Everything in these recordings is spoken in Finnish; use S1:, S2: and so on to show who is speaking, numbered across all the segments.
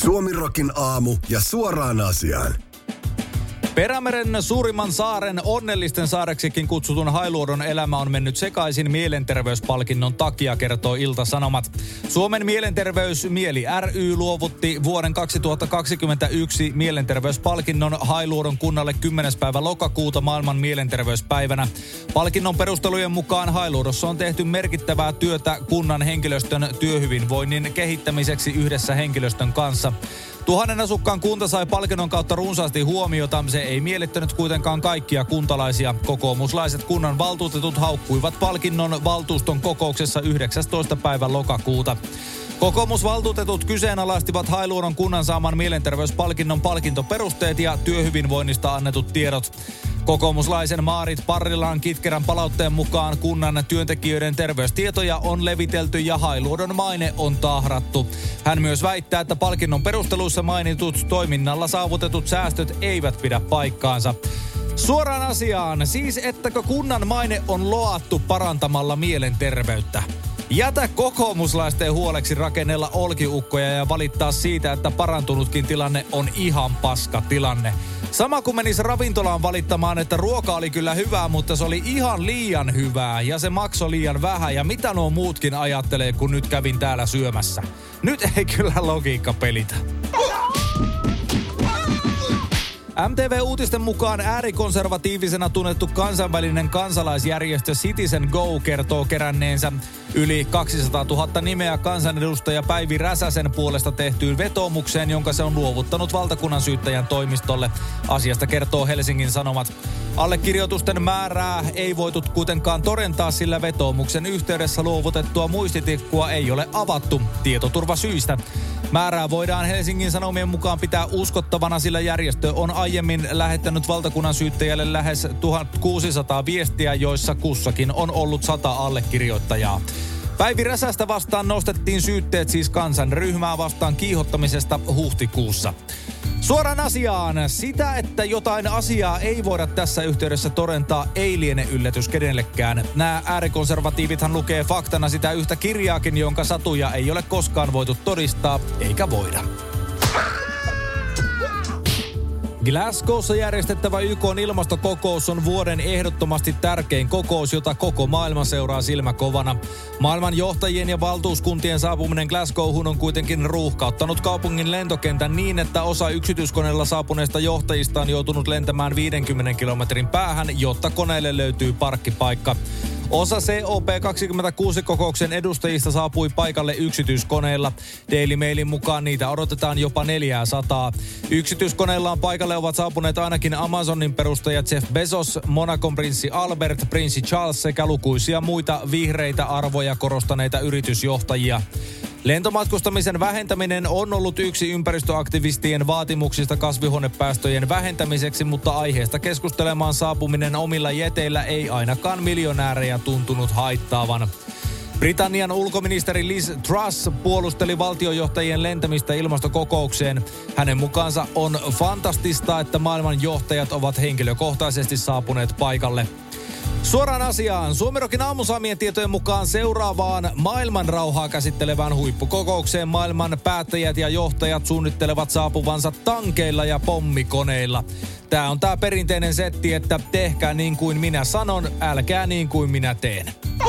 S1: Suomirokin aamu ja suoraan asiaan.
S2: Perämeren suurimman saaren onnellisten saareksikin kutsutun Hailuodon elämä on mennyt sekaisin mielenterveyspalkinnon takia, kertoo Ilta-Sanomat. Suomen mielenterveys Mieli ry luovutti vuoden 2021 mielenterveyspalkinnon Hailuodon kunnalle 10. päivä lokakuuta maailman mielenterveyspäivänä. Palkinnon perustelujen mukaan Hailuodossa on tehty merkittävää työtä kunnan henkilöstön työhyvinvoinnin kehittämiseksi yhdessä henkilöstön kanssa. 1000 asukkaan kunta sai palkinnon kautta runsaasti huomiota. Se ei miellyttänyt kuitenkaan kaikkia kuntalaisia. Kokoomuslaiset kunnan valtuutetut haukkuivat palkinnon valtuuston kokouksessa 19. päivä lokakuuta. Kokoomusvaltuutetut kyseenalaistivat Hailuodon kunnan saaman mielenterveyspalkinnon palkintoperusteet ja työhyvinvoinnista annetut tiedot. Kokoomuslaisen Maarit Parrilan kitkerän palautteen mukaan kunnan työntekijöiden terveystietoja on levitelty ja Hailuodon maine on tahrattu. Hän myös väittää, että palkinnon perusteluissa mainitut toiminnalla saavutetut säästöt eivät pidä paikkaansa. Suoraan asiaan, siis ettäkö kunnan maine on loattu parantamalla mielenterveyttä? Jätä kokoomuslaisten huoleksi rakennella olkiukkoja ja valittaa siitä, että parantunutkin tilanne on ihan paska tilanne. Sama kuin menisi ravintolaan valittamaan, että ruoka oli kyllä hyvää, mutta se oli ihan liian hyvää ja se maksoi liian vähän. Ja mitä nuo muutkin ajattelee, kun nyt kävin täällä syömässä? Nyt ei kyllä logiikka pelitä. MTV-uutisten mukaan äärikonservatiivisena tunnettu kansainvälinen kansalaisjärjestö Citizen Go kertoo keränneensä yli 200 000 nimeä kansanedustaja Päivi Räsäsen puolesta tehtyyn vetoomukseen, jonka se on luovuttanut valtakunnan syyttäjän toimistolle. Asiasta kertoo Helsingin Sanomat. Allekirjoitusten määrää ei voitu kuitenkaan todentaa, sillä vetoomuksen yhteydessä luovutettua muistitikkua ei ole avattu tietoturvasyistä. Määrää voidaan Helsingin Sanomien mukaan pitää uskottavana, sillä järjestö on aiemmin lähettänyt valtakunnan syyttäjälle lähes 1600 viestiä, joissa kussakin on ollut 100 allekirjoittajaa. Päivi Räsästä vastaan nostettiin syytteet siis kansanryhmää vastaan kiihottamisesta huhtikuussa. Suoraan asiaan. Sitä, että jotain asiaa ei voida tässä yhteydessä todentaa, ei liene yllätys kenellekään. Nämä äärikonservatiivithan lukee faktana sitä yhtä kirjaakin, jonka satuja ei ole koskaan voitu todistaa, eikä voida. Glasgowssa järjestettävä YK:n ilmastokokous on vuoden ehdottomasti tärkein kokous, jota koko maailma seuraa silmäkovana. Maailman johtajien ja valtuuskuntien saapuminen Glasgowhun on kuitenkin ruuhkauttanut kaupungin lentokentän niin, että osa yksityiskoneella saapuneista johtajista on joutunut lentämään 50 kilometrin päähän, jotta koneelle löytyy parkkipaikka. Osa COP26-kokouksen edustajista saapui paikalle yksityiskoneilla. Daily Mailin mukaan niitä odotetaan jopa 400. Yksityiskoneillaan paikalle ovat saapuneet ainakin Amazonin perustaja Jeff Bezos, Monacon prinssi Albert, prinssi Charles sekä lukuisia muita vihreitä arvoja korostaneita yritysjohtajia. Lentomatkustamisen vähentäminen on ollut yksi ympäristöaktivistien vaatimuksista kasvihuonepäästöjen vähentämiseksi, mutta aiheesta keskustelemaan saapuminen omilla jeteillä ei ainakaan miljonäärejä tuntunut haittaavan. Britannian ulkoministeri Liz Truss puolusteli valtiojohtajien lentämistä ilmastokokoukseen. Hänen mukaansa on fantastista, että maailman johtajat ovat henkilökohtaisesti saapuneet paikalle. Suoraan asiaan. Suomirokin aamusaamien tietojen mukaan seuraavaan maailman rauhaa käsittelevään huippukokoukseen maailman päättäjät ja johtajat suunnittelevat saapuvansa tankeilla ja pommikoneilla. Tää on tää perinteinen setti, että tehkää niin kuin minä sanon, älkää niin kuin minä teen.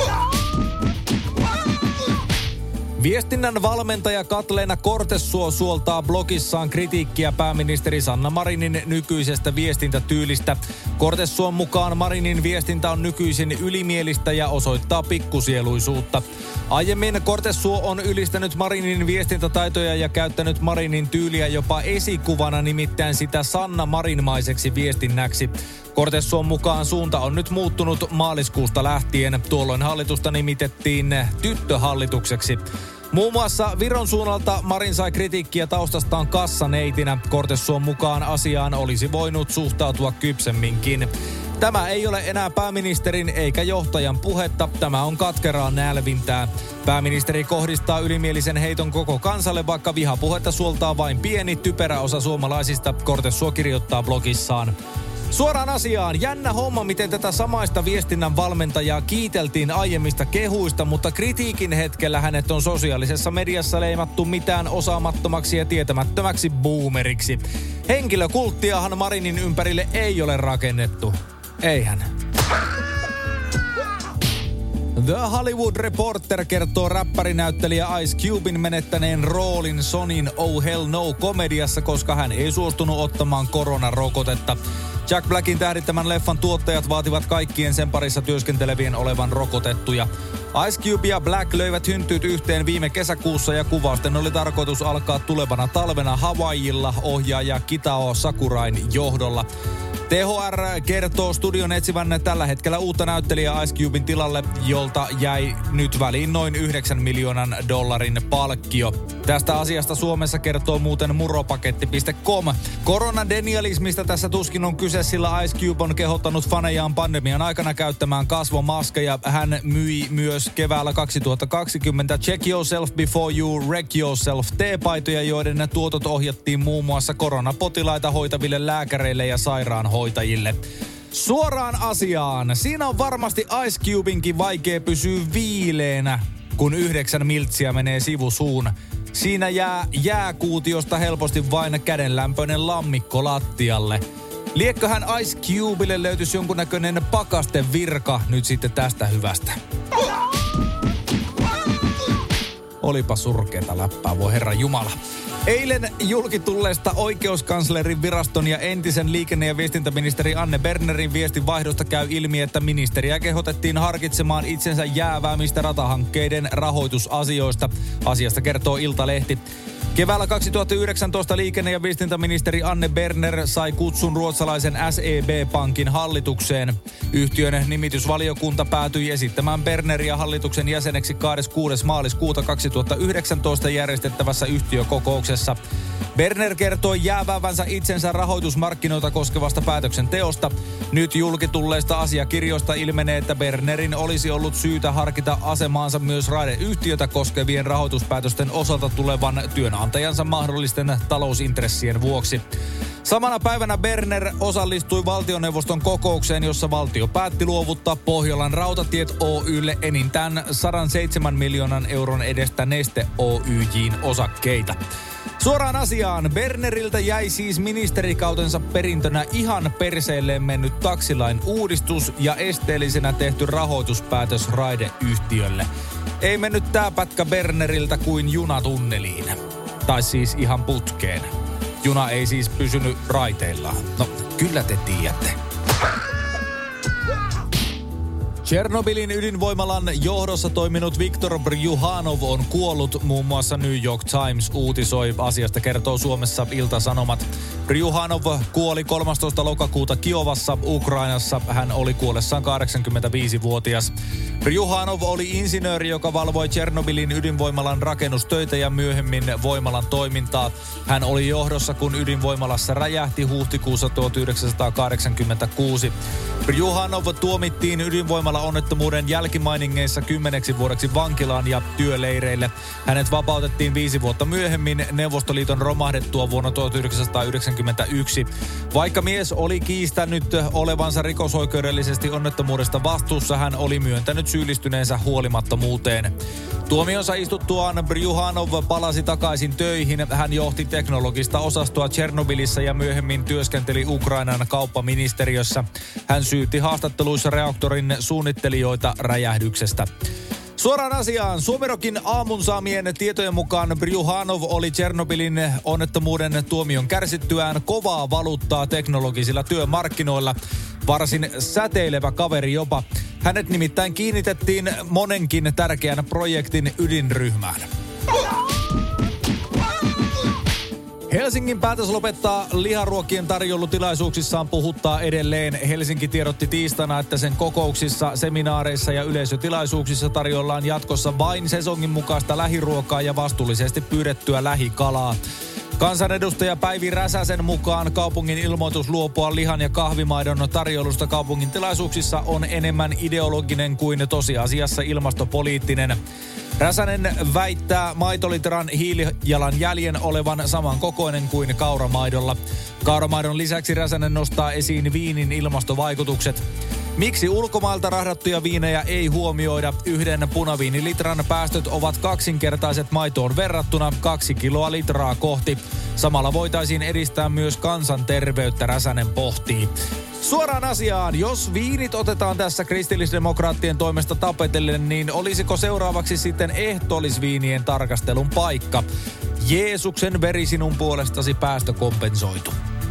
S2: Viestinnän valmentaja Katleena Kortesuo suoltaa blogissaan kritiikkiä pääministeri Sanna Marinin nykyisestä viestintätyylistä. Kortesuon mukaan Marinin viestintä on nykyisin ylimielistä ja osoittaa pikkusieluisuutta. Aiemmin Kortesuo on ylistänyt Marinin viestintätaitoja ja käyttänyt Marinin tyyliä jopa esikuvana, nimittäin sitä Sanna Marinmaiseksi viestinnäksi. Kortesuon mukaan suunta on nyt muuttunut maaliskuusta lähtien. Tuolloin hallitusta nimitettiin tyttöhallitukseksi. Muun muassa Viron suunnalta Marin sai kritiikkiä taustastaan kassaneitinä. Kortesuon mukaan asiaan olisi voinut suhtautua kypsemminkin. Tämä ei ole enää pääministerin eikä johtajan puhetta. Tämä on katkeraa nälvintää. Pääministeri kohdistaa ylimielisen heiton koko kansalle, vaikka vihapuhetta suoltaa vain pieni typerä osa suomalaisista, Kortesuo kirjoittaa blogissaan. Suoraan asiaan. Jännä homma, miten tätä samaista viestinnän valmentajaa kiiteltiin aiemmista kehuista, mutta kritiikin hetkellä hänet on sosiaalisessa mediassa leimattu mitään osaamattomaksi ja tietämättömäksi boomeriksi. Henkilökulttiahan Marinin ympärille ei ole rakennettu. Eihän. The Hollywood Reporter kertoo räppärinäyttelijä Ice Cuben menettäneen roolin Sonyn Oh Hell No -komediassa, koska hän ei suostunut ottamaan koronarokotetta. Jack Blackin tähdittämän leffan tuottajat vaativat kaikkien sen parissa työskentelevien olevan rokotettuja. Ice Cube ja Black löivät hynttyyt yhteen viime kesäkuussa ja kuvausten oli tarkoitus alkaa tulevana talvena Hawaiilla ohjaaja Kitao Sakurain johdolla. THR kertoo studion etsivän tällä hetkellä uutta näyttelijää Ice Cuben tilalle, jolta jäi nyt väliin noin $9 miljoonan palkkio. Tästä asiasta Suomessa kertoo muuten muropaketti.com. Koronadenialismista tässä tuskin on kyse, sillä Ice Cube on kehottanut fanejaan pandemian aikana käyttämään kasvomaskeja. Hän myi myös keväällä 2020 Check Yourself Before You Wreck Yourself -teepaitoja, joiden tuotot ohjattiin muun muassa koronapotilaita hoitaville lääkäreille ja sairaanhoitajille. Suoraan asiaan. Siinä on varmasti Ice Cubenkin vaikea pysyä viileänä, kun 9 miltsiä menee sivusuun. Siinä jää jääkuutiosta helposti vain kädenlämpöinen lammikko lattialle. Liekköhän Ice Cubelle löytyisi jonkunnäköinen pakastevirka nyt sitten tästä hyvästä. Olipa surkeeta läppää, voi herra jumala. Eilen julkitulleesta oikeuskanslerin viraston ja entisen liikenne- ja viestintäministeri Anne Bernerin viestin vaihdosta käy ilmi, että ministeriä kehotettiin harkitsemaan itsensä jääväämistä ratahankkeiden rahoitusasioista. Asiasta kertoo Iltalehti. Keväällä 2019 liikenne- ja viestintäministeri Anne Berner sai kutsun ruotsalaisen SEB-pankin hallitukseen. Yhtiön nimitysvaliokunta päätyi esittämään Berneria hallituksen jäseneksi 26. maaliskuuta 2019 järjestettävässä yhtiökokouksessa. Berner kertoi jääväävänsä itsensä rahoitusmarkkinoita koskevasta päätöksenteosta. Nyt julkitulleista asiakirjoista ilmenee, että Bernerin olisi ollut syytä harkita asemaansa myös raideyhtiötä koskevien rahoituspäätösten osalta tulevan työnantajansa mahdollisten talousintressien vuoksi. Samana päivänä Berner osallistui valtioneuvoston kokoukseen, jossa valtio päätti luovuttaa Pohjolan rautatiet Oy:lle enintään 107 miljoonan euron edestä Neste Oyj:n osakkeita. Suoraan asiaan. Berneriltä jäi siis ministerikautensa perintönä ihan perseelleen mennyt taksilain uudistus ja esteellisenä tehty rahoituspäätös raideyhtiölle. Ei mennyt tää pätkä Berneriltä kuin junatunneliin. Tai siis ihan putkeen. Juna ei siis pysynyt raiteillaan. No, kyllä te tiedätte. Tšernobylin ydinvoimalan johdossa toiminut Viktor Bryukhanov on kuollut, muun muassa New York Times uutisoi. Asiasta kertoo Suomessa Ilta-Sanomat. Bryukhanov kuoli 13. lokakuuta Kiovassa, Ukrainassa. Hän oli kuollessaan 85-vuotias. Bryukhanov oli insinööri, joka valvoi Tšernobylin ydinvoimalan rakennustöitä ja myöhemmin voimalan toimintaa. Hän oli johdossa, kun ydinvoimalassa räjähti huhtikuussa 1986. Bryukhanov tuomittiin ydinvoimala-onnettomuuden jälkimainingeissa 10 vuodeksi vankilaan ja työleireille. Hänet vapautettiin 5 vuotta myöhemmin Neuvostoliiton romahdettua vuonna 1991. Vaikka mies oli kiistänyt olevansa rikosoikeudellisesti onnettomuudesta vastuussa, hän oli myöntänyt syyllistyneensä huolimattomuuteen. Tuomionsa istuttuaan Bryukhanov palasi takaisin töihin. Hän johti teknologista osastoa Tšernobylissä ja myöhemmin työskenteli Ukrainan kauppaministeriössä. Hän syytti haastatteluissa reaktorin suunnittelijoita räjähdyksestä. Suoraan asiaan. Suomirokin aamun saamien tietojen mukaan Bryukhanov oli Tšernobylin onnettomuuden tuomion kärsittyään kovaa valuuttaa teknologisilla työmarkkinoilla. Varsin säteilevä kaveri jopa. Hänet nimittäin kiinnitettiin monenkin tärkeän projektin ydinryhmään. Helsingin päätös lopettaa liharuokien tarjoulutilaisuuksissaan puhuttaa edelleen. Helsinki tiedotti tiistaina, että sen kokouksissa, seminaareissa ja yleisötilaisuuksissa tarjoillaan jatkossa vain sesongin mukaista lähiruokaa ja vastuullisesti pyydettyä lähikalaa. Kansanedustaja Päivi Räsäsen mukaan kaupungin ilmoitus luopua lihan ja kahvimaidon tarjoilusta kaupungin tilaisuuksissa on enemmän ideologinen kuin tosiasiassa ilmastopoliittinen. Räsänen väittää maitolitran hiilijalanjäljen olevan samankokoinen kuin kauramaidolla. Kauramaidon lisäksi Räsänen nostaa esiin viinin ilmastovaikutukset. Miksi ulkomailta rahdattuja viinejä ei huomioida? Yhden punaviinilitran päästöt ovat kaksinkertaiset maitoon verrattuna 2 kiloa litraa kohti. Samalla voitaisiin edistää myös kansanterveyttä, Räsänen pohtii. Suoraan asiaan, jos viinit otetaan tässä kristillisdemokraattien toimesta tapetelle, niin olisiko seuraavaksi sitten ehtoollisviinien tarkastelun paikka? Jeesuksen veri sinun puolestasi päästökompensoitu.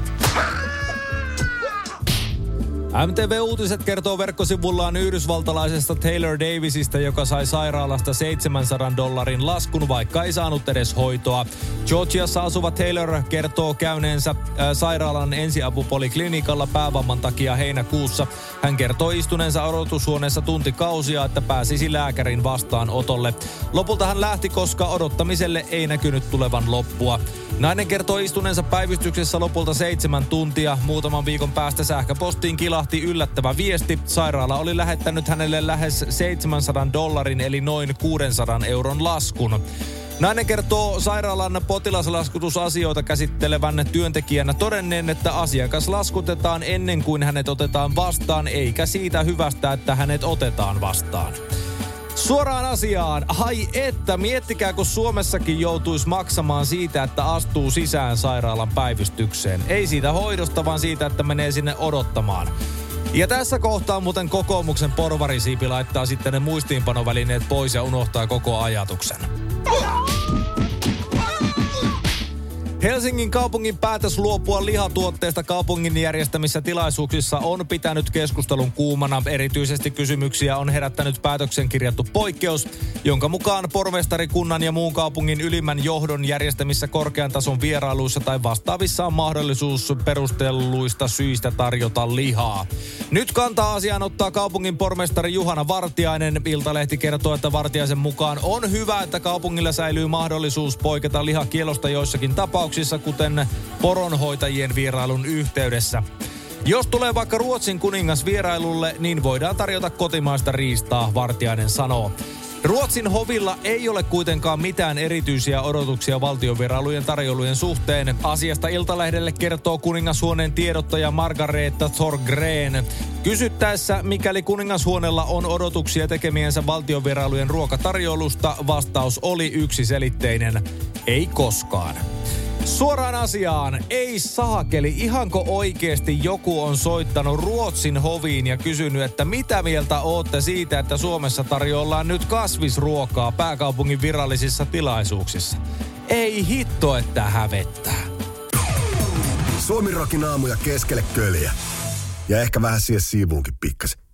S2: MTV Uutiset kertoo verkkosivullaan yhdysvaltalaisesta Taylor Davisista, joka sai sairaalasta $700 laskun, vaikka ei saanut edes hoitoa. Georgiassa asuva Taylor kertoo käyneensä sairaalan ensiapupoliklinikalla päävamman takia heinäkuussa. Hän kertoo istuneensa odotushuoneessa tuntikausia, että pääsisi lääkärin vastaanotolle. Lopulta hän lähti, koska odottamiselle ei näkynyt tulevan loppua. Nainen kertoo istuneensa päivystyksessä lopulta 7 tuntia. Muutaman viikon päästä sähköpostiin kilahti yllättävä viesti. Sairaala oli lähettänyt hänelle lähes $700 eli noin 600 euron laskun. Nainen kertoo sairaalan potilaslaskutusasioita käsittelevän työntekijänä todenneen, että asiakas laskutetaan ennen kuin hänet otetaan vastaan, eikä siitä hyvästä, että hänet otetaan vastaan. Suoraan asiaan. Hai että, miettikää kun Suomessakin joutuisi maksamaan siitä, että astuu sisään sairaalan päivystykseen. Ei siitä hoidosta, vaan siitä, että menee sinne odottamaan. Ja tässä kohtaa muuten kokoomuksen porvarisiipi laittaa sitten ne muistiinpanovälineet pois ja unohtaa koko ajatuksen. Helsingin kaupungin päätös luopua lihatuotteista kaupungin järjestämissä tilaisuuksissa on pitänyt keskustelun kuumana. Erityisesti kysymyksiä on herättänyt päätöksen kirjattu poikkeus, jonka mukaan pormestarikunnan ja muun kaupungin ylimmän johdon järjestämissä korkean tason vierailuissa tai vastaavissa on mahdollisuus perustelluista syistä tarjota lihaa. Nyt kantaa asiaan ottaa kaupungin pormestari Juhana Vartiainen. Iltalehti kertoo, että Vartiaisen mukaan on hyvä, että kaupungilla säilyy mahdollisuus poiketa lihakielosta joissakin tapauksissa, kuten poronhoitajien vierailun yhteydessä. Jos tulee vaikka Ruotsin kuningas vierailulle, niin voidaan tarjota kotimaista riistaa, Vartiainen sanoo. Ruotsin hovilla ei ole kuitenkaan mitään erityisiä odotuksia valtionvierailujen tarjoulujen suhteen. Asiasta Iltalehdelle kertoo kuningashuoneen tiedottaja Margareta Thorgren. Kysyttäessä, mikäli kuningashuoneella on odotuksia tekemiensä valtionvierailujen ruokatarjoulusta, vastaus oli yksiselitteinen. Ei koskaan. Suoraan asiaan, ei saakeli, ihanko oikeesti joku on soittanut Ruotsin hoviin ja kysynyt, että mitä mieltä ootte siitä, että Suomessa tarjoillaan nyt kasvisruokaa pääkaupungin virallisissa tilaisuuksissa? Ei hitto, että hävettää.
S1: Suomi Rockin aamuja keskelle köljä. Ja ehkä vähän siihen siivuunkin pikkasen.